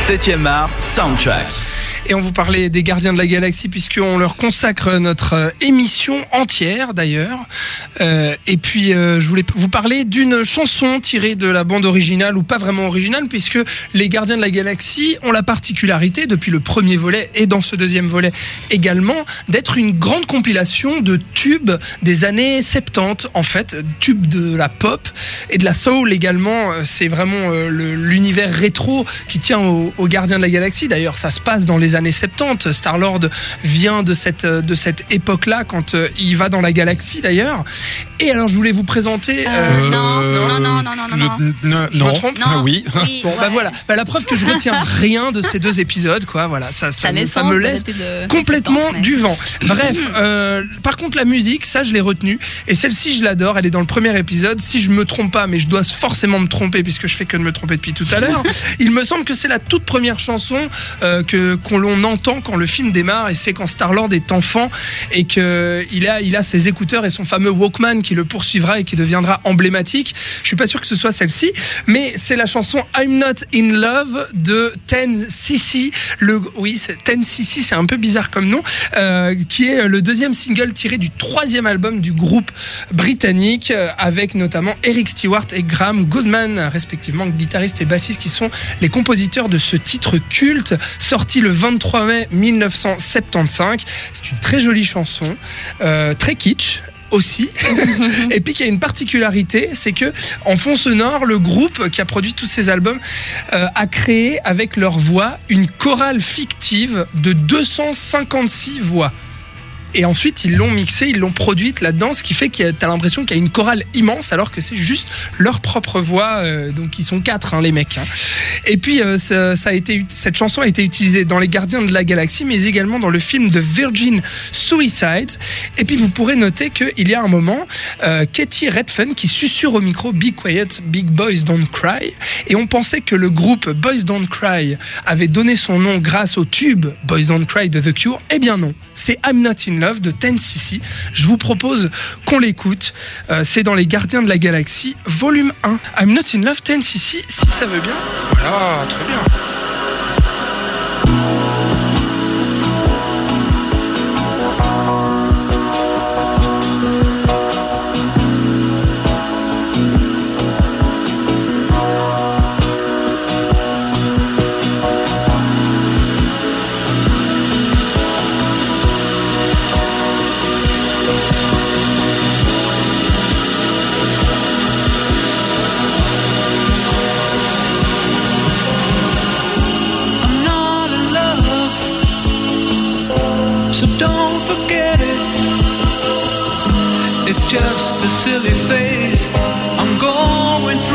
7e art soundtrack. Et on vous parlait des Gardiens de la Galaxie puisqu'on leur consacre notre émission entière d'ailleurs. Et puis je voulais vous parler d'une chanson tirée de la bande originale ou pas vraiment originale puisque les Gardiens de la Galaxie ont la particularité depuis le premier volet et dans ce deuxième volet également d'être une grande compilation de tubes des années 70 en fait, tubes de la pop et de la soul également. C'est vraiment l'univers rétro qui tient aux Gardiens de la Galaxie. D'ailleurs ça se passe dans les années 70. Star-Lord vient de cette époque-là quand il va dans la galaxie d'ailleurs. Et alors je voulais vous présenter. Non. Je me trompe ? Non. Oui. Bon, Ouais. bah voilà. Bah, la preuve que je retiens rien de ces deux épisodes, quoi. Voilà, ça me laisse complètement du vent. Bref, par contre la musique, ça je l'ai retenue et celle-ci je l'adore. Elle est dans le premier épisode. Si je me trompe pas, mais je dois forcément me tromper puisque je fais que de me tromper depuis tout à l'heure. Il me semble que c'est la toute première chanson qu'on entend quand le film démarre et c'est quand Star-Lord est enfant et qu'il a ses écouteurs et son fameux Walkman qui le poursuivra et qui deviendra emblématique. Je suis pas sûr que ce soit celle-ci, mais c'est la chanson I'm Not In Love de 10cc. Oui, 10cc, c'est un peu bizarre comme nom, qui est le deuxième single tiré du troisième album du groupe britannique avec notamment Eric Stewart et Graham Goodman, respectivement guitariste et bassiste, qui sont les compositeurs de ce titre culte sorti le 23 mai 1975. C'est une très jolie chanson, très kitsch aussi. Et puis qui a une particularité, c'est que en fond sonore, le groupe qui a produit tous ces albums a créé avec leur voix une chorale fictive de 256 voix. Et ensuite, ils l'ont mixée, ils l'ont produite là-dedans, ce qui fait que t'as l'impression qu'il y a une chorale immense, alors que c'est juste leur propre voix. Donc, ils sont 4, les mecs. Et puis, cette chanson a été utilisée dans Les Gardiens de la Galaxie, mais également dans le film de Virgin Suicide. Et puis, vous pourrez noter qu'il y a un moment, Katie Redfern qui susurre au micro « Be quiet, big boys don't cry ». Et on pensait que le groupe Boys Don't Cry avait donné son nom grâce au tube « Boys Don't Cry » de The Cure. Eh bien non, c'est « I'm Not In Love » de 10cc. Je vous propose qu'on l'écoute. C'est dans Les Gardiens de la Galaxie, volume 1. I'm Not In Love, 10cc, si ça veut bien. Voilà, très bien. So don't forget it. It's just a silly phase I'm going through.